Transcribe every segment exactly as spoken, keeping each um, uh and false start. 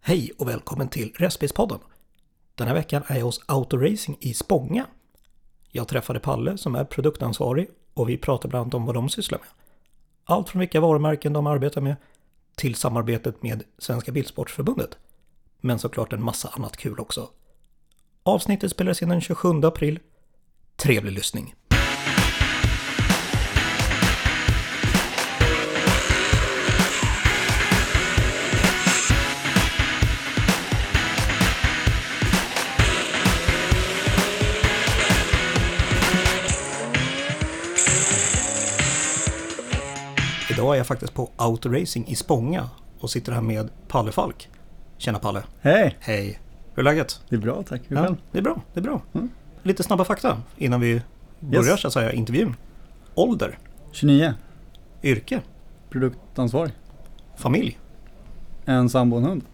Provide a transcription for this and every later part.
Hej och välkommen till Restbilspodden. Den här veckan är jag hos Autoracing i Spånga. Jag träffade Palle som är produktansvarig och vi pratar bland annat om vad de sysslar med. Allt från vilka varumärken de arbetar med till samarbetet med Svenska Bilsportförbundet. Men såklart en massa annat kul också. Avsnittet spelades in den tjugosjunde april. Trevlig lyssning. Idag är jag faktiskt på Autoracing i Spånga och sitter här med Palle Falk. Tjena Palle. Hej. Hej. Hur är läget? Det är bra, tack. Hur ja, det är bra, det är bra. Mm. Lite snabba fakta innan vi börjar yes. så att säga intervjun. Ålder? tjugonio. Yrke? Produktansvarig. Familj? En sambo och en hund.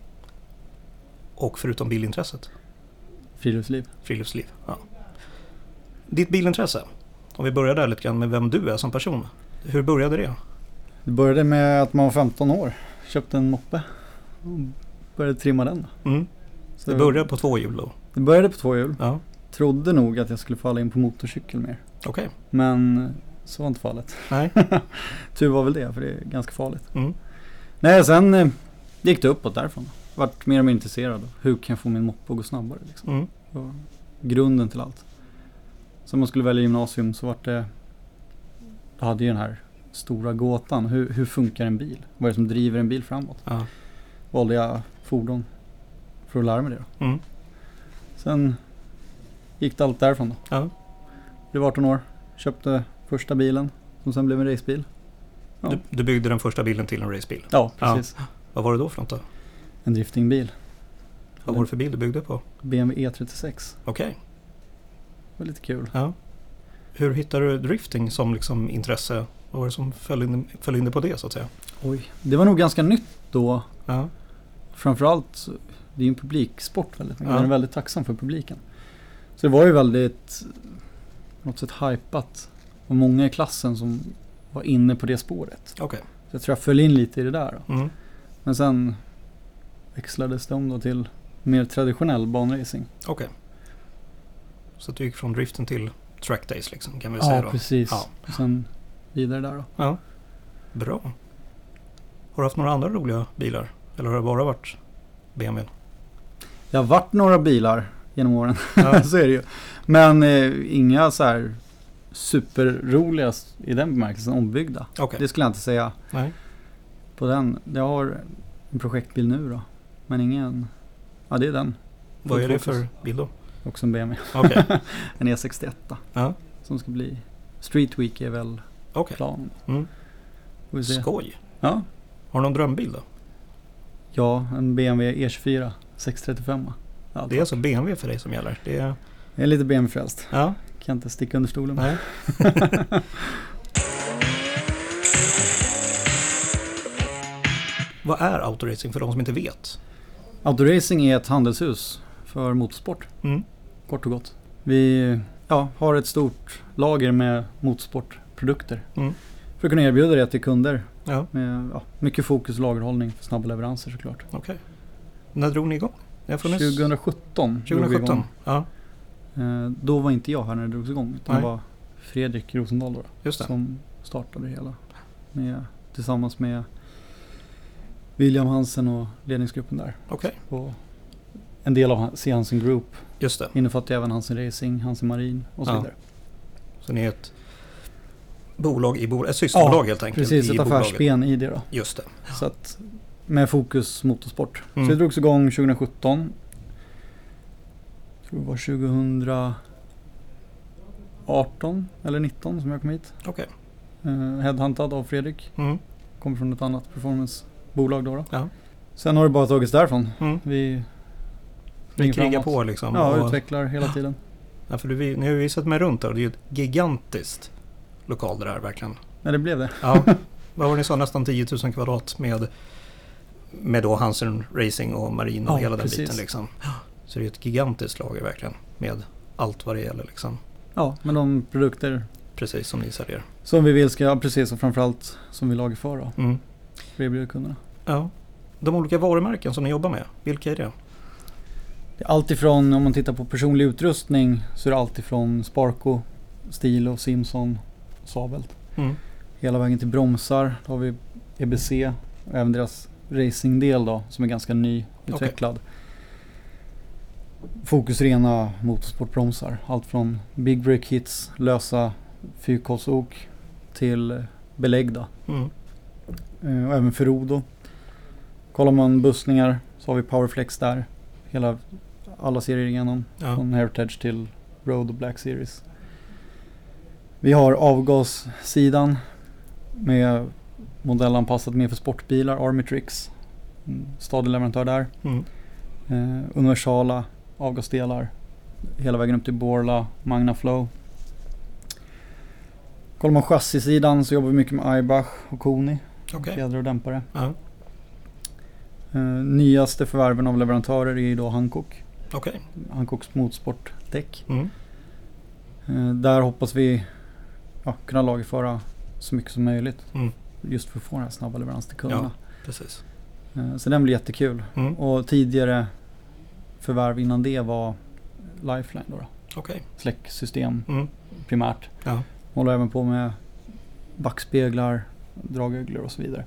Och förutom bilintresset? Friluftsliv. Friluftsliv, ja. Ditt bilintresse? Om vi börjar där lite grann med vem du är som person. Hur började det? Det började med att man var femton år. Köpte en moppe. Och började trimma den. Mm. Så det började på två hjul då? Det började på två hjul. Ja. Trodde nog att jag skulle falla in på motorcykel mer. Okej. Okay. Men så var inte fallet. Nej. Tur var väl det, för det är ganska farligt. Mm. Nej, sen eh, gick det uppåt därifrån. Vart mer och mer intresserad. Hur kan jag få min moppe att gå snabbare? Liksom. Mm. Det var grunden till allt. Så om man skulle välja gymnasium så var det... Då hade ju den här stora gåtan. Hur, hur funkar en bil? Vad är det som driver en bil framåt? Ja. Valde jag fordon för att lära mig det då. Mm. Sen gick det allt därifrån då. Ja. Blev arton år. Köpte första bilen som sen blev en racebil. Ja. Du, du byggde den första bilen till en racebil? Ja, precis. Ja. Vad var det då för något då? En driftingbil. Vad var det för bil du byggde på? B M W E trettiosex. Okej. Okay. Det var lite kul. Ja. Hur hittade du drifting som liksom intresse? Vad var det som föll in, föll in på det så att säga? Oj, det var nog ganska nytt då. Ja. Framförallt, det är ju en publiksport väldigt mycket. Ja. Jag är väldigt tacksam för publiken. Så det var ju väldigt på något sätt hypat. Och många i klassen som var inne på det spåret. Okej. Okay. Så jag tror jag föll in lite i det där. Då. Mm. Men sen växlades det om då till mer traditionell banracing. Okej. Okay. Så du gick från driften till track days liksom, kan vi ja, säga då? Precis. Ja, precis. Och sen vidare där då. Ja, bra. Har du haft några andra roliga bilar? Eller har det bara varit B M W? Det har varit några bilar genom åren, Ja. så är det ju. Men eh, inga så här superroliga i den bemärkelsen ombyggda. Okay. Det skulle jag inte säga. Nej. På den. Jag har en projektbil nu då. Men ingen... Ja, det är den. Vad är det för bil då? Också en B M W. Okay. En E sextioett. Ja. Som ska bli... Street Week är väl okay. planen. Mm. Skoj. Ja. Har du någon drömbil då? Ja, en B M W E tjugofyra sexhundratrettiofem. Ja, det är alltså B M W för dig som gäller? Det är... Jag är lite B M W-frälst. Ja. Kan inte sticka under stolen. Nej. Vad är Autoracing för de som inte vet? Autoracing är ett handelshus för motorsport. Mm. Kort och gott. Vi ja, har ett stort lager med motorsportprodukter. Mm. För att kunna erbjuda det till kunder. Ja. Med ja, mycket fokus och lagerhållning för snabba leveranser såklart. Okej. Okay. När drog ni igång? tjugosjutton. tjugosjutton, ja. Eh, då var inte jag här när det drogs igång. Utan Nej. det var Fredrik Rosendahl då, Just det. Som startade det hela. Med, tillsammans med William Hansen och ledningsgruppen där. Okej. Okay. En del av C. Hansen Group. Just det. Innefattar även Hansen Racing, Hansen Marin och så ja. vidare. Så ni är ett bolag i bolag, ett systerbolag ja, helt enkelt. Precis, i ett affärsben i det då. Just det. Så att med fokus motorsport. Mm. Så det drogs igång tjugosjutton. Jag tror det var tjugoarton eller nitton som jag kom hit. Okej. Okay. Uh, headhuntad av Fredrik. Mm. Kommer från ett annat performancebolag då. då. Ja. Sen har det bara tagits därifrån. Mm. Vi, vi krigar på liksom. Ja, och utvecklar hela tiden. Ja, för du, ni har ju visat mig runt där och det är ju ett gigantiskt lokal det där verkligen. Ja, det blev det. Ja. Vad var det ni sa? Nästan tio tusen kvadrat med, med då Hansen Racing och Marin och ja, hela den precis. biten liksom. Så det är ett gigantiskt lager verkligen med allt vad det gäller liksom. Ja, med de produkter precis som ni säljer. Som vi vill ska, precis och framförallt som vi lager för då. Mm. För erbjuder kunderna. Ja. De olika varumärken som ni jobbar med, vilka är det? Det är allt ifrån, om man tittar på personlig utrustning, så är det allt ifrån Sparco, Stilo, Simpson, Sabelt. Mm. Hela vägen till bromsar, då har vi E B C och även deras racingdel då, som är ganska nyutvecklad. Okay. Fokusrena motorsportbromsar. Allt från big brake hits, lösa fyrkolsok till belägg då. Mm. Uh, och även Ferodo. Kollar man bussningar så har vi Powerflex där. Hela, alla serier igenom. Ja. Från Heritage till Road och Black Series. Vi har avgassidan med modellanpassat mer för sportbilar, Armitrix. Stadig leverantör där. Mm. Uh, universala avgasdelar. Hela vägen upp till Borla, Magnaflow. Kollar man chassisidan så jobbar vi mycket med Eibach och Koni. Okay. Fjädrar och dämpare. Ja. Uh, nyaste förvärven av leverantörer är då Hankook. Okay. Hankooks motorsportdäck. Mm. Uh, där hoppas vi ja, kunna lagerföra så mycket som möjligt. Mm. Just för att få den här snabba leverans till kunderna. Ja, precis. Uh, så den blir jättekul. Mm. Och tidigare förvärv innan det var Lifeline då. då. Okay. Släcksystem mm. primärt. Ja. Håller även på med backspeglar, dragöglor och så vidare.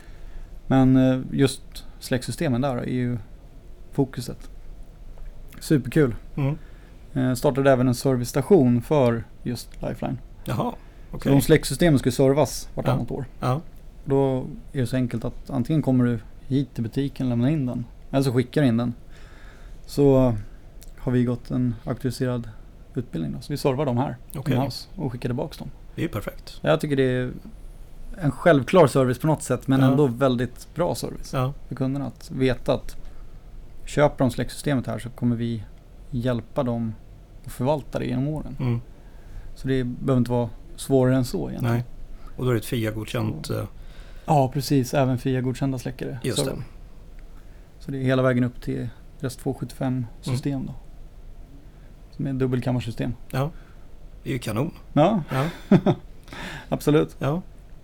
Men uh, just släcksystemen där är ju fokuset. Superkul. Mm. Uh, startade även en servicestation för just Lifeline. Jaha, okej. Så de släcksystemen ska servas vartannat ja. år. Ja. Då är det så enkelt att antingen kommer du hit till butiken och lämnar in den. Eller så skickar du in den. Så uh, har vi gått en auktoriserad utbildning då. Så vi servar dem här okay. och skickar tillbaka dem. Det är ju perfekt. Jag tycker det är en självklar service på något sätt. Men ja. ändå väldigt bra service ja. för kunderna. Att veta att köper de släcksystemet här så kommer vi hjälpa dem att förvalta det genom åren. Mm. Så det behöver inte vara svårare än så egentligen. Nej. Och då är det ett F I A-godkänt... Så. Ja, precis. Även F I A-godkända släckare. Just så. det. Så det är hela vägen upp till deras tvåhundrasjuttiofem-system mm. då. Som är ett dubbelkammarsystem. Ja, det är ju kanon. Ja, ja. absolut. Ja.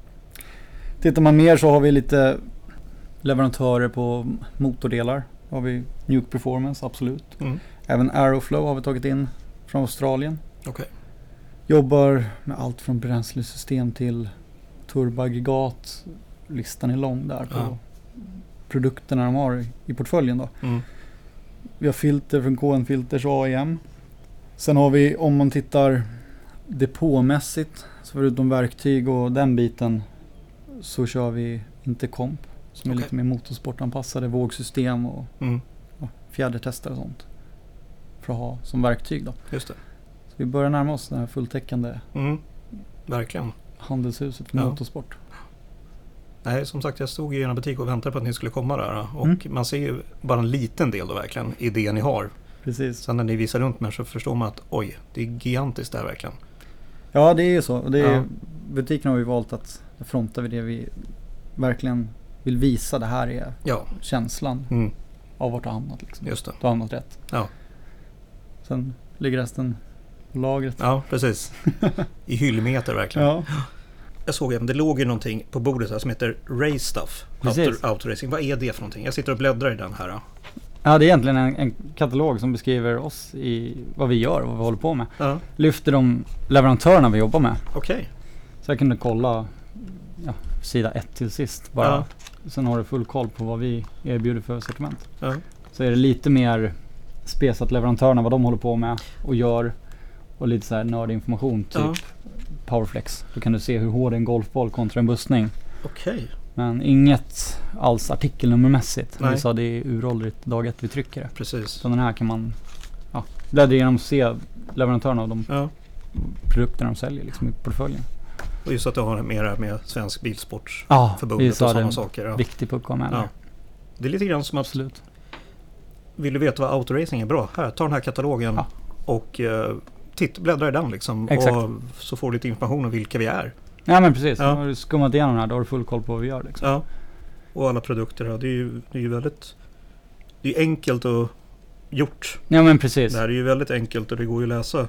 Tittar man mer så har vi lite leverantörer på motordelar. Då har vi Nuke Performance, absolut. Mm. Även Aeroflow har vi tagit in från Australien. Okay. Jobbar med allt från bränslesystem till turboaggregat. Listan är lång där på ja. produkterna de har i portföljen då. Mm. Vi har filter från K N Filters A I M. Sen har vi, om man tittar depåmässigt, så förutom verktyg och den biten, så kör vi Intercomp som okay. är lite mer motorsportanpassade vågsystem och mm. ja, fjädertester och sånt för att ha som verktyg då. Just det. Så vi börjar närma oss det här fulltäckande mm. verkligen handelshuset för ja. motorsport. Nej, som sagt, jag stod i en butik och väntade på att ni skulle komma där. Och mm. man ser ju bara en liten del då verkligen i det ni har. Precis. Sen när ni visar runt med så förstår man att oj, det är gigantiskt där verkligen. Ja, det är ju så. Det är, ja. Butiken har vi valt att fronta vid det vi verkligen vill visa. Det här är ja. känslan mm. av vart det har hamnat. Liksom. Just det. Du har hamnat rätt. Ja. Sen ligger resten på lagret. Ja, precis. I hyllmeter verkligen. Ja. Jag såg att det låg ju någonting på bordet här som heter Race Stuff. Auto, autoracing. Vad är det för någonting? Jag sitter och bläddrar i den här. Ja, det är egentligen en, en katalog som beskriver oss i vad vi gör och vad vi håller på med. Ja. Lyfter de leverantörerna vi jobbar med. Okej. Okay. Så jag kunde kolla ja, sida ett till sist. Bara. Ja. Sen har du full koll på vad vi erbjuder för sortiment. Ja. Så är det lite mer spesat leverantörerna, vad de håller på med och gör. Och lite så här nördinformation, typ ja. Powerflex. Då kan du se hur hård en golfboll kontra en bussning. Okej. Okay. Men inget alls artikelnummermässigt. Nej. Vi sa det är uråldrigt dag ett vi trycker det. Precis. Så den här kan man ja, bläddra igenom och se leverantörerna av de ja. produkterna de säljer liksom, i portföljen. Och just att du har mer med Svensk Bilsports ja, förbundet och sådana saker. Ja, viktig puck med ja. Det är lite grann som absolut. Vill du veta vad autoracing är bra? Här, ta den här katalogen ja. och uh, titt, bläddra i den liksom. Exakt. Och så får du lite information om vilka vi är. Ja, men precis. Ja. Har du skummat igenom här, då har du full koll på vad vi gör. Liksom. Ja, och alla produkter. Det är ju, det är ju väldigt det är enkelt och gjort. Ja, men precis. Det här är ju väldigt enkelt och det går ju att läsa.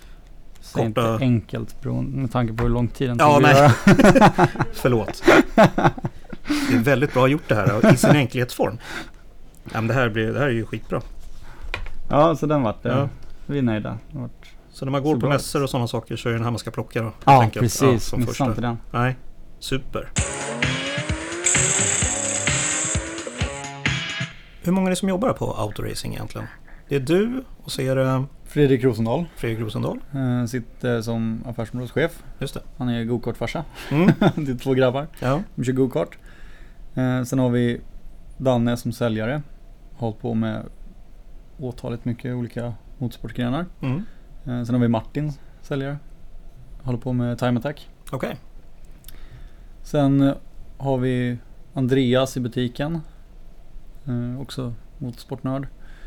Säg inte enkelt med tanke på hur lång tid den ja, tog nej. Förlåt. Det är väldigt bra gjort det här i sin enkelhetsform. Ja, men det, här blir, det här är ju skitbra. Ja, så den vart det. Ja. Vi är nöjda. Vart så när man går så på bra. mässor och sådana saker så är den här man ska plocka då? Ja, precis. Att, ja, som första. inte den. Nej, super. Hur många är det som jobbar på autoracing egentligen? Det är du och så är det Fredrik Rosendahl. Fredrik Rosendahl. Uh, sitter som affärsområdeschef. Just det. Han är go-kart-farsa. Mm. Det är två grabbar. Ja. De kör go-kart. Uh, sen har vi Danne som säljare. Hållit på med åtaligt mycket olika motorsportgrenar. Mm. Uh, sen har vi Martin, säljare. Håller på med Time Attack. Okej. Okay. Sen uh, har vi Andreas i butiken. Uh, också motorsportnörd.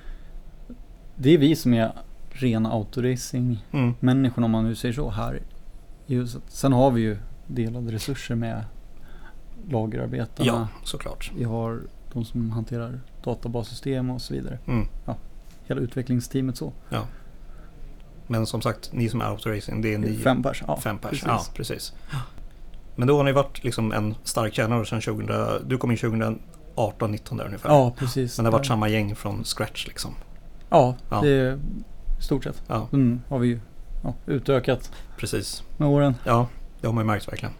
Det är vi som är rena autoracing mm. människorna, om man nu säger så, här i huset. Sen har vi ju delade resurser med lagerarbetarna. Ja, såklart. Vi har de som hanterar databassystem och så vidare. Mm. Ja, hela utvecklingsteamet så. Ja. Men som sagt, ni som är autoracing, det är ni. Fem pers. Ja, Fem pers, precis. Ja, precis. Men då har ni varit liksom en stark tjänare sedan tjugo, du kom in tjugo arton nitton där ungefär. Ja, precis. Men det har varit samma gäng från scratch liksom. Ja, ja. det är stort sett. Ja. Mm, har vi ju ja, utökat. Precis. Med åren. Ja, det har man ju märkt verkligen.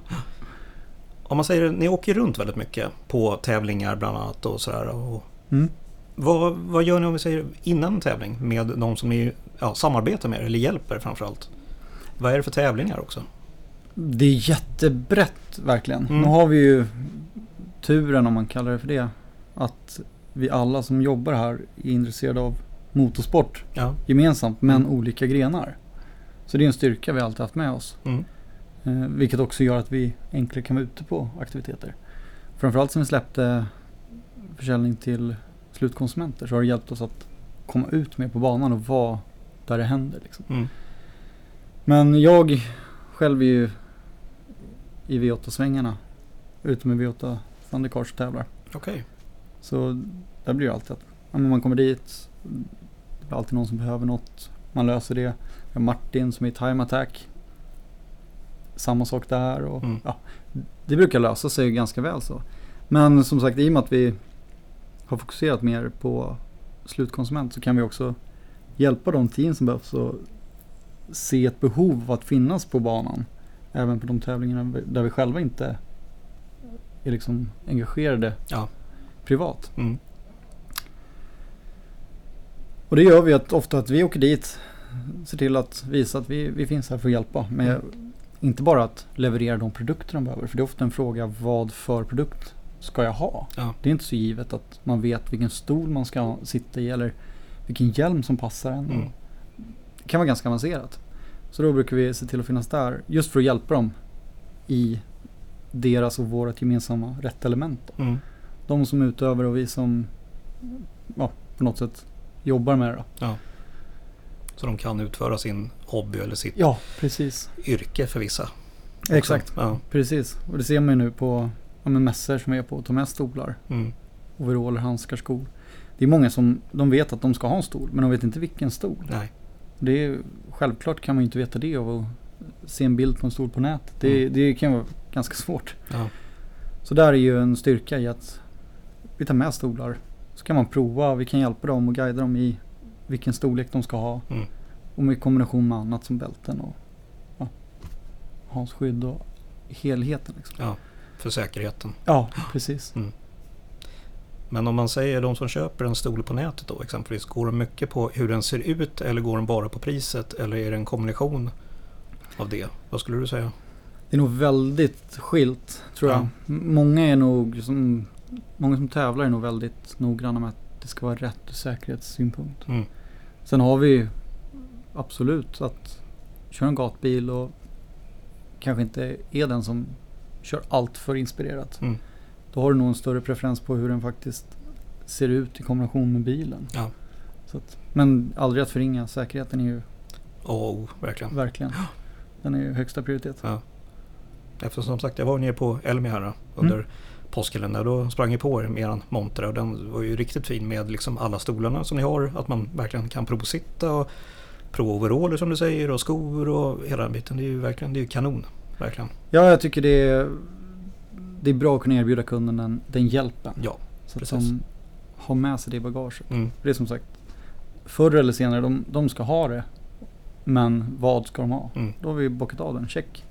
Om man säger, ni åker runt väldigt mycket på tävlingar bland annat och sådär. Och mm. vad, vad gör ni om vi säger innan en tävling med de som ni ja, samarbetar med eller hjälper framförallt? Vad är det för tävlingar också? Det är jättebrett verkligen. Mm. Nu har vi ju turen, om man kallar det för det, att vi alla som jobbar här är intresserade av motorsport ja. gemensamt, men mm. olika grenar. Så det är en styrka vi alltid haft med oss. Mm. Eh, vilket också gör att vi enklare kan vara ute på aktiviteter. Framförallt som vi släppte försäljning till slutkonsumenter så har det hjälpt oss att komma ut mer på banan och vara där det händer. Liksom. Mm. Men jag själv är ju i V åtta-svängarna ute med V åtta Thundercars och tävlar. Okej. Okay. Så där blir det alltid att om man kommer dit, det är alltid någon som behöver något, man löser det. Jag har Martin som är i Time Attack, samma sak där och mm. ja, det brukar lösa sig ganska väl så. Men som sagt, i och med att vi har fokuserat mer på slutkonsument så kan vi också hjälpa de team som behövs och se ett behov av att finnas på banan även på de tävlingarna där vi själva inte är liksom engagerade ja. privat. Mm. Och det gör vi att ofta att vi åker dit, ser till att visa att vi, vi finns här för att hjälpa. Men mm. inte bara att leverera de produkter de behöver. För det är ofta en fråga, vad för produkt ska jag ha? Ja. Det är inte så givet att man vet vilken stol man ska sitta i eller vilken hjälm som passar en. Mm. Det kan vara ganska avancerat. Så då brukar vi se till att finnas där just för att hjälpa dem i deras och vårt gemensamma rätt element. Mm. De som utövar och vi som ja, på något sätt jobbar med det. Då. Ja. Så de kan utföra sin hobby eller sitt ja, precis. yrke för vissa. Exakt, ja. precis. Och det ser man ju nu på ja, mässor som är på att ta med stolar. Mm. Overaller, handskar, skor. Det är många som de vet att de ska ha en stol, men de vet inte vilken stol. Nej. Det är, självklart kan man ju inte veta det av att se en bild på en stol på nätet. Det, mm. det kan vara ganska svårt. Ja. Så där är ju en styrka i att vi tar med stolar. Så kan man prova, vi kan hjälpa dem och guida dem i vilken storlek de ska ha. Mm. Och med kombination med annat som bälten och ja, halsskydd och helheten. Liksom. Ja, för säkerheten. Ja, precis. Mm. Men om man säger de som köper en stol på nätet då exempelvis, går det mycket på hur den ser ut eller går den bara på priset eller är det en kombination av det? Vad skulle du säga? Det är nog väldigt skilt tror jag. Ja. Många är nog som, många som tävlar är nog väldigt noggranna med att det ska vara rätt ur säkerhetssynpunkt. Mm. Sen har vi absolut att köra en gatbil och kanske inte är den som kör allt för inspirerat. Mm. Då har du nog en större preferens på hur den faktiskt ser ut i kombination med bilen. Ja. Så att, men aldrig att förringa. Säkerheten är ju oh, verkligen. verkligen. Den är ju högsta prioritet. Ja. Eftersom som sagt jag var nere på Elmia här under mm. påskhelgen där, då sprang jag på er med eran monter och den var ju riktigt fin med liksom alla stolarna som ni har, att man verkligen kan provsitta och prova overaller som du säger och skor och hela den biten. Det är ju verkligen, det är ju kanon, verkligen. Ja, jag tycker det är det är bra att kunna erbjuda kunden den, den hjälpen. Ja, så precis. att de har med sig det i bagaget. Mm. Det är som sagt, förr eller senare, de, de ska ha det. Men vad ska de ha? Mm. Då har vi bockat av den, check.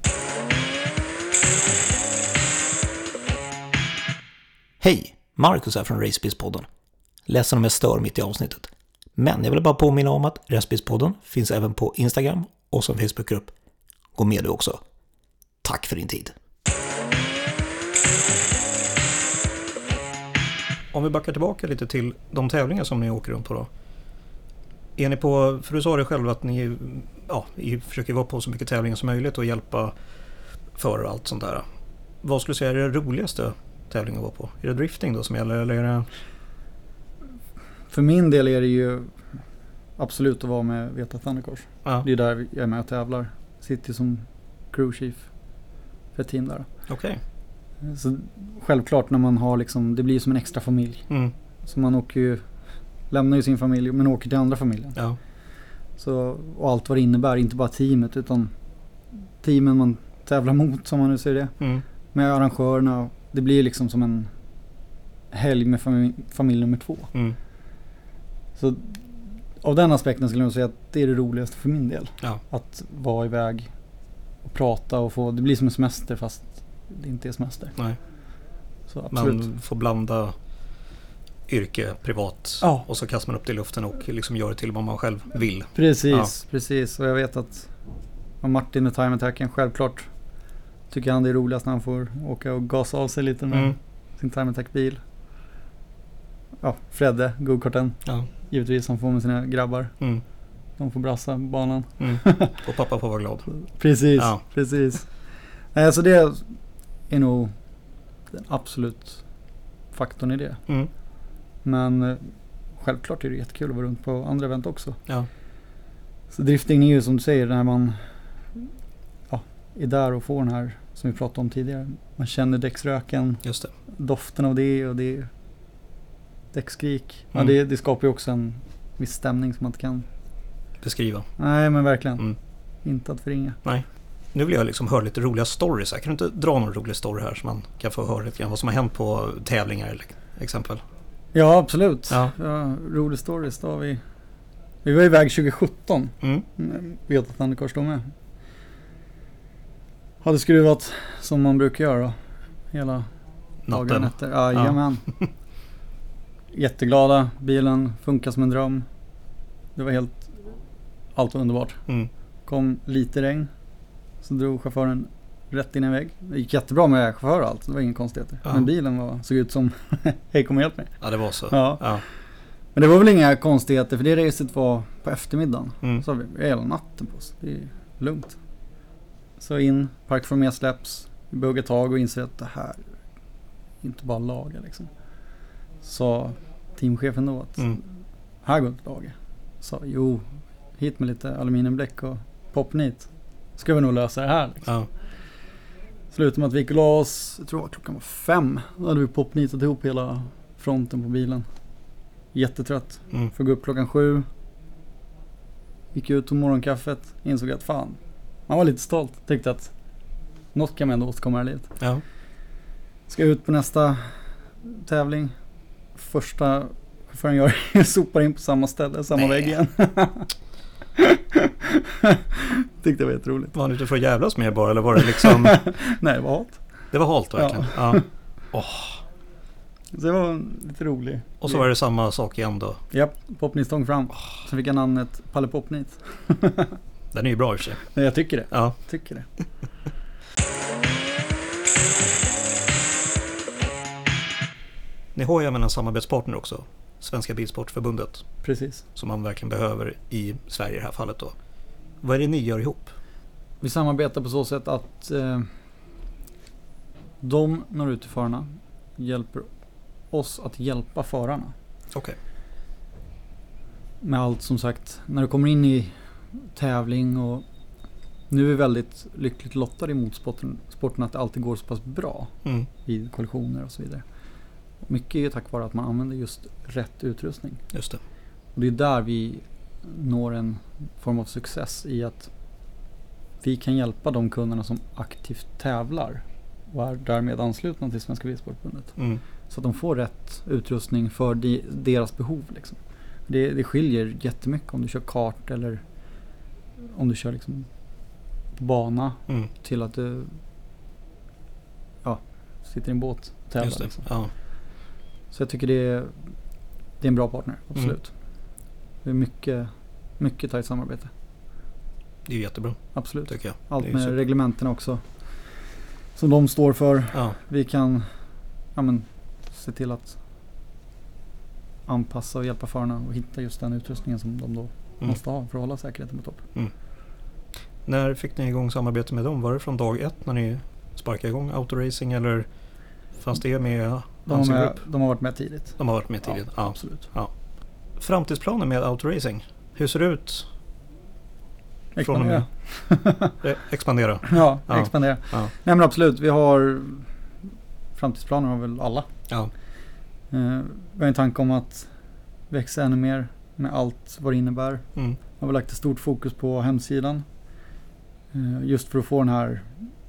Hej, Marcus här från Racebiz-podden. Ledsen om jag stör mitt i avsnittet. Men jag vill bara påminna om att Racebiz-podden finns även på Instagram och som Facebookgrupp. Gå med du också. Tack för din tid. Om vi backar tillbaka lite till de tävlingar som ni åker runt på då. Är ni på, för du sa det själv att ni ja, försöker vara på så mycket tävlingar som möjligt och hjälpa för och allt sånt där. Vad skulle du säga är det roligaste tävlingen att vara på? Är det drifting då som gäller eller är det... För min del är det ju absolut att vara med Veta Thundercourse. Ja. Det är där jag är med och tävlar. Sitter som crew chief för ett team där. Okej. Okay. Så självklart när man har liksom, det blir som en extra familj. Mm. Så man åker ju, lämnar ju sin familj men åker till andra familjen. Ja. Så, och allt vad det innebär, inte bara teamet utan teamen man tävlar mot som man nu säger det. Mm. Med arrangörerna. Det blir liksom som en helg med familj, familj nummer två. Mm. Så av den aspekten skulle jag säga att det är det roligaste för min del. Ja. Att vara iväg och prata och få, det blir som en semester fast det inte är semester. Nej. Så absolut. Man får blanda yrke, privat Ja. och så kastar man upp det i luften och liksom gör det till vad man själv vill. Precis, ja. precis. Och jag vet att Martin med Time Attacken självklart tycker han det är roligast när han får åka och gasa av sig lite med mm. sin Time Attack-bil. Ja, Fredde, go-karten. Ja. Givetvis han får med sina grabbar. Mm. De får brassa banan. Mm. Och pappa får vara glad. Precis, ja. precis. Nej, så det är nog den absolut faktorn i det. Mm. Men eh, självklart är det jättekul att vara runt på andra event också. Ja. Så drifting är ju som du säger när man ja, är där och får den här som vi pratade om tidigare. Man känner däcksröken. Just det. Doften av det och det däckskrik. Mm. Ja, det, det skapar ju också en viss stämning som man inte kan beskriva. Nej, men verkligen. Mm. Inte att förringa. Nej. Nu vill jag liksom höra lite roliga stories här. Kan du inte dra någon rolig story här så man kan få höra lite grann vad som har hänt på tävlingar eller exempel? Ja, absolut. Ja. Ja, rolig stories då har vi. Vi var iväg tjugo sjutton. Mm. Vet att Thundercourse då med. Hade skruvat som man brukar göra då. Hela dagen efter. Ja, ja. Jajamän. Jätteglada. Bilen funkar som en dröm. Det var helt allt var underbart. Mm. Kom lite regn. Så drog chauffören rätt in i en vägg. Det gick jättebra med chaufför och allt. Det var ingen konstigheter. Ja. Men bilen var, såg ut som hej, kom och hjälp mig. Ja, det var så. Ja. Ja. Men det var väl inga konstigheter för det racet var på eftermiddagen. Mm. Så vi hela natten på oss. Det är lugnt. Så in, park för med släpps. Vi buggar tag och inser att det här är inte bara laga liksom. Så teamchefen då att mm. här går inte laga. Så jo, hit med lite aluminiumbläck och popnit. Ska vi nog lösa det här liksom. Ja. Slutade med att vi gick och la oss, jag tror att klockan var fem. Då hade vi popnitat ihop hela fronten på bilen. Jättetrött. Mm. Får gå upp klockan sju. Gick ut och morgonkaffet. Insåg att fan, man var lite stolt. Tyckte att något kan man ändå åstadkomma här i livet. Ja. Ska ut på nästa tävling. Första chauffören gör sopar in på samma ställe, samma Nej. vägg igen. Tyckte det var jätteroligt. Var han ute för att jävlas med bara eller var det liksom... Nej, det var halt. Det var halt verkligen. Ja. Ja. Oh. Så det var lite roligt. Och så var det samma sak igen då? Japp, popnit stång fram. Oh. Så fick jag namnet Palle Popnit. Den är ju bra i och för sig. Nej, jag tycker det. Ja. Tycker det. Ni har ju även en samarbetspartner också. Svenska Bilsportförbundet. Precis. Som man verkligen behöver i Sverige i det här fallet då. Vad är det ni gör ihop? Vi samarbetar på så sätt att eh, de når ut till förarna, hjälper oss att hjälpa förarna. Okej. Okay. Med allt som sagt, när du kommer in i tävling och nu är vi väldigt lyckligt lottade emot sporten, sporten att det alltid går så pass bra mm. vid kollisioner och så vidare. Mycket är tack vare att man använder just rätt utrustning. Just det. Och det är där vi når en form av success i att vi kan hjälpa de kunderna som aktivt tävlar och är därmed anslutna till Svenska Bilsportförbundet. Mm. Så att de får rätt utrustning för de, deras behov. Liksom. Det, det skiljer jättemycket om du kör kart eller om du kör liksom bana Mm. till att du ja, sitter i en båt och tävlar. Just det. Liksom. Ja. Så jag tycker det är, det är en bra partner, absolut. Mm. Det är mycket, mycket tajt samarbete. Det är ju jättebra. Absolut. Tycker jag. Allt med super. Reglementerna också. Som de står för. Ja. Vi kan ja, men, se till att anpassa och hjälpa förarna och hitta just den utrustningen som de då mm. måste ha för att hålla säkerheten på topp. Mm. När fick ni igång samarbete med dem? Var det från dag ett när ni sparkade igång autoracing eller fanns det med de, med, de har varit med tidigt. De har varit med tidigt, ja. ja. Absolut. Ja. Framtidsplanen med autoracing, hur ser det ut? Expandera. Eh, expandera. Ja, ja. expandera. Ja. Nej men absolut, vi har framtidsplaner har väl alla. Ja. Eh, vi har en tanke om att växa ännu mer med allt vad det innebär. Mm. Jag har lagt ett stort fokus på hemsidan. Eh, just för att få den här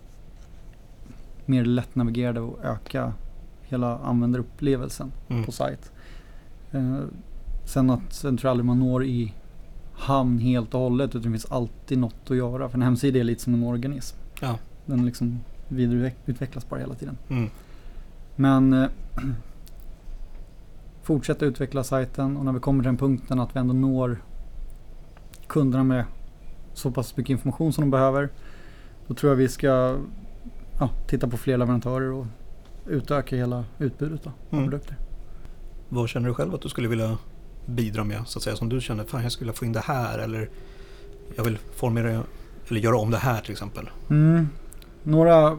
mer lättnavigerade och öka hela användarupplevelsen mm. på sajt. Eh, sen att sen tror jag aldrig man når i hamn helt och hållet, utan det finns alltid något att göra. För en hemsida är lite som en organism. Ja. Den liksom vidareutvecklas bara hela tiden. Mm. Men eh, fortsätta utveckla sajten, och när vi kommer till den punkten att vi ändå når kunderna med så pass mycket information som de behöver, då tror jag vi ska ja, titta på fler leverantörer och utöka hela utbudet då, av mm. produkter. Vad känner du själv att du skulle vilja bidra med, så att säga, som du känner, fan jag skulle få in det här, eller jag vill formera eller göra om det här till exempel? Mm. Några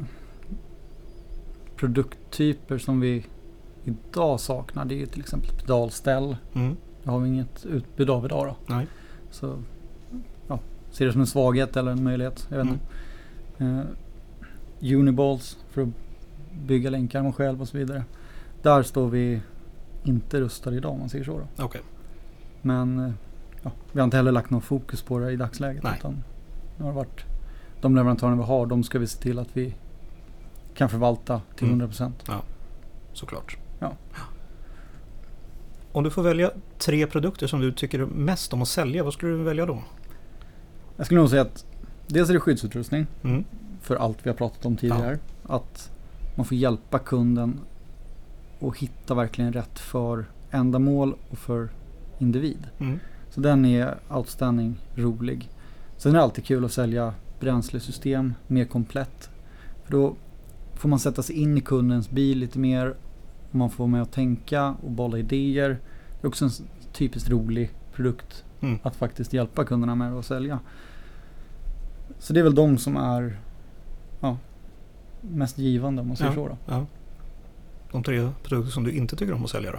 produkttyper som vi idag saknar, det är ju till exempel pedalställ. Mm. Det har vi inget utbud av idag då. Nej. Så ja, ser det som en svaghet eller en möjlighet, jag vet Mm. inte. Uh, Uniballs för att bygga länkar själv och så vidare. Där står vi inte rustade idag, om man säger så då. Okej. Okay. Men ja, vi har inte heller lagt någon fokus på det i dagsläget. Nej. Utan det har varit de leverantörerna vi har, de ska vi se till att vi kan förvalta till Mm. hundra procent. Ja, såklart. Ja. Om du får välja tre produkter som du tycker mest om att sälja, vad skulle du välja då? Jag skulle nog säga att dels är det skyddsutrustning Mm. för allt vi har pratat om tidigare. Ja. Att man får hjälpa kunden och hitta verkligen rätt för ändamål och för individ. Mm. Så den är outstanding, rolig. Sen är det alltid kul att sälja bränslesystem mer komplett. För då får man sätta sig in i kundens bil lite mer. Och man får med att tänka och bolla idéer. Det är också en typiskt rolig produkt mm. att faktiskt hjälpa kunderna med att sälja. Så det är väl de som är ja, mest givande, om man säger ja, så då. Ja. De tre produkter som du inte tycker om att sälja då?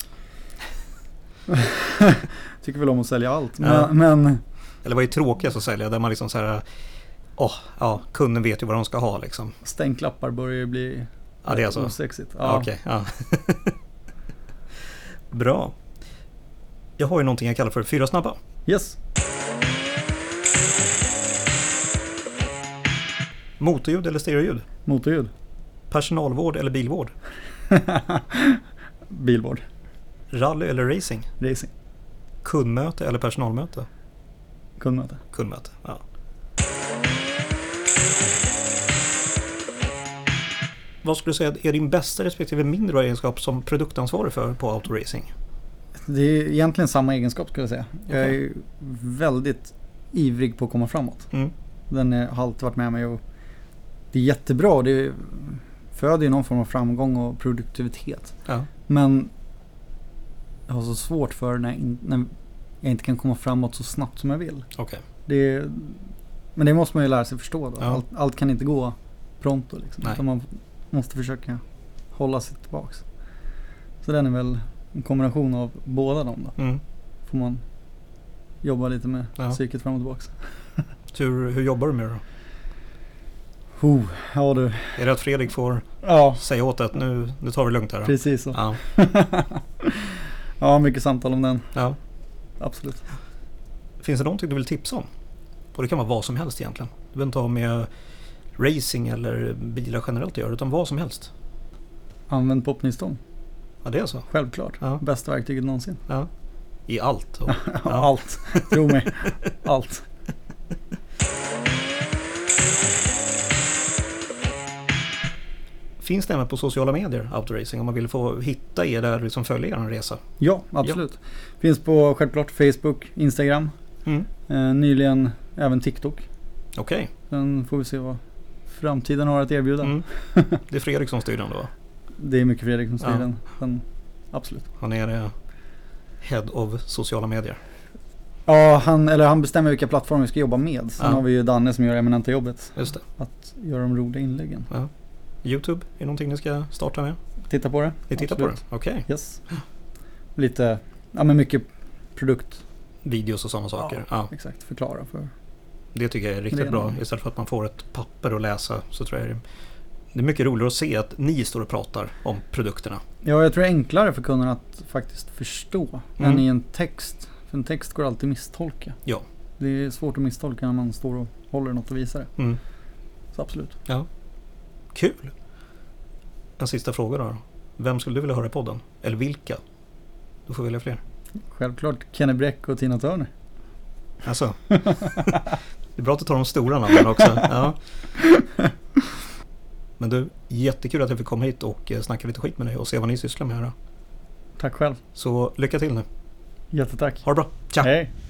Tycker väl om att sälja allt. Ja. Men, men eller vad är tråkigast att sälja? Där man liksom så här, åh, ja, kunden vet ju vad de ska ha liksom. Stänklappar börjar ju bli ja, det är så. osexigt. Ja. Okej, ja. Bra. Jag har ju någonting jag kallar för fyra snabba. Yes. Motorljud eller stereoljud? Motorljud. Personalvård eller bilvård? Bilvård. Rally eller racing? Racing. Kundmöte eller personalmöte? Kundmöte. Kundmöte, ja. Vad skulle du säga är din bästa respektive mindre egenskap som produktansvarig för på autoracing? Det är egentligen samma egenskap, skulle jag säga. Okay. Jag är väldigt ivrig på att komma framåt. Mm. Den är, har alltid varit med mig och det är jättebra. Det föder ju någon form av framgång och produktivitet. Ja. Men jag har så svårt för när, in, när jag inte kan komma framåt så snabbt som jag vill. Okay. Det, men det måste man ju lära sig förstå då. Ja. Allt, allt kan inte gå pronto liksom. Nej. Utan man måste försöka hålla sig tillbaks. Så den är väl en kombination av båda dem då. Mm. Får man jobba lite med ja. psyket fram och tillbaks. Hur, hur jobbar du med det då? Oh, ja du. Är det att Fredrik får ja. säga åt att nu, nu tar vi lugnt här då? Precis så. Ja. Ja, mycket samtal om den. Ja. Absolut. Finns det någonting du vill tipsa om? Och det kan vara vad som helst egentligen. Du behöver inte ha med racing eller bilar generellt att göra, utan vad som helst. Använd popnistång. Ja, det är så. Självklart. Ja. Bästa verktyget någonsin. Ja. I allt. Och, ja. Allt. Tro mig. Allt. Finns det även på sociala medier, Autoracing, om man vill få hitta er där liksom följa er resa? Ja, absolut. Ja. Finns på självklart Facebook, Instagram. Mm. Eh, nyligen även TikTok. Okej. Okay. Sen får vi se vad framtiden har att erbjuda. Mm. Det är Fredrik som styr den då? Det är mycket Fredrik som styr ja. den. Men absolut. Han är eh, head of sociala medier. Ja, han, eller han bestämmer vilka plattformar vi ska jobba med. Sen ja. har vi ju Danne som gör eminenta jobbet. Just det. Att göra de roliga inläggen. Ja. YouTube, är det någonting ni ska starta med? Titta på det. Ni tittar absolut. på det? Okej. Okay. Yes. Lite, ja men mycket produkt. Videos och sådana saker. Ja, ja. Exakt. Förklara för. Det tycker jag är riktigt är bra. Istället för att man får ett papper att läsa så tror jag det är, det är mycket roligare att se att ni står och pratar om produkterna. Ja, jag tror det är enklare för kunden att faktiskt förstå mm. än i en text. För en text går alltid misstolka. Ja. Det är svårt att misstolka när man står och håller något och visar det. Mm. Så absolut. Ja. Kul. En sista fråga då. Vem skulle du vilja höra i podden? Eller vilka? Du får välja fler. Självklart Kenny Bräck och Tina Turner. Alltså. Det är bra att du tar de stora namnen också. Ja. Men du, jättekul att jag fick komma hit och snacka lite skit med dig och se vad ni sysslar med här. Tack själv. Så lycka till nu. Jättetack. Ha det bra. Tja. Hej.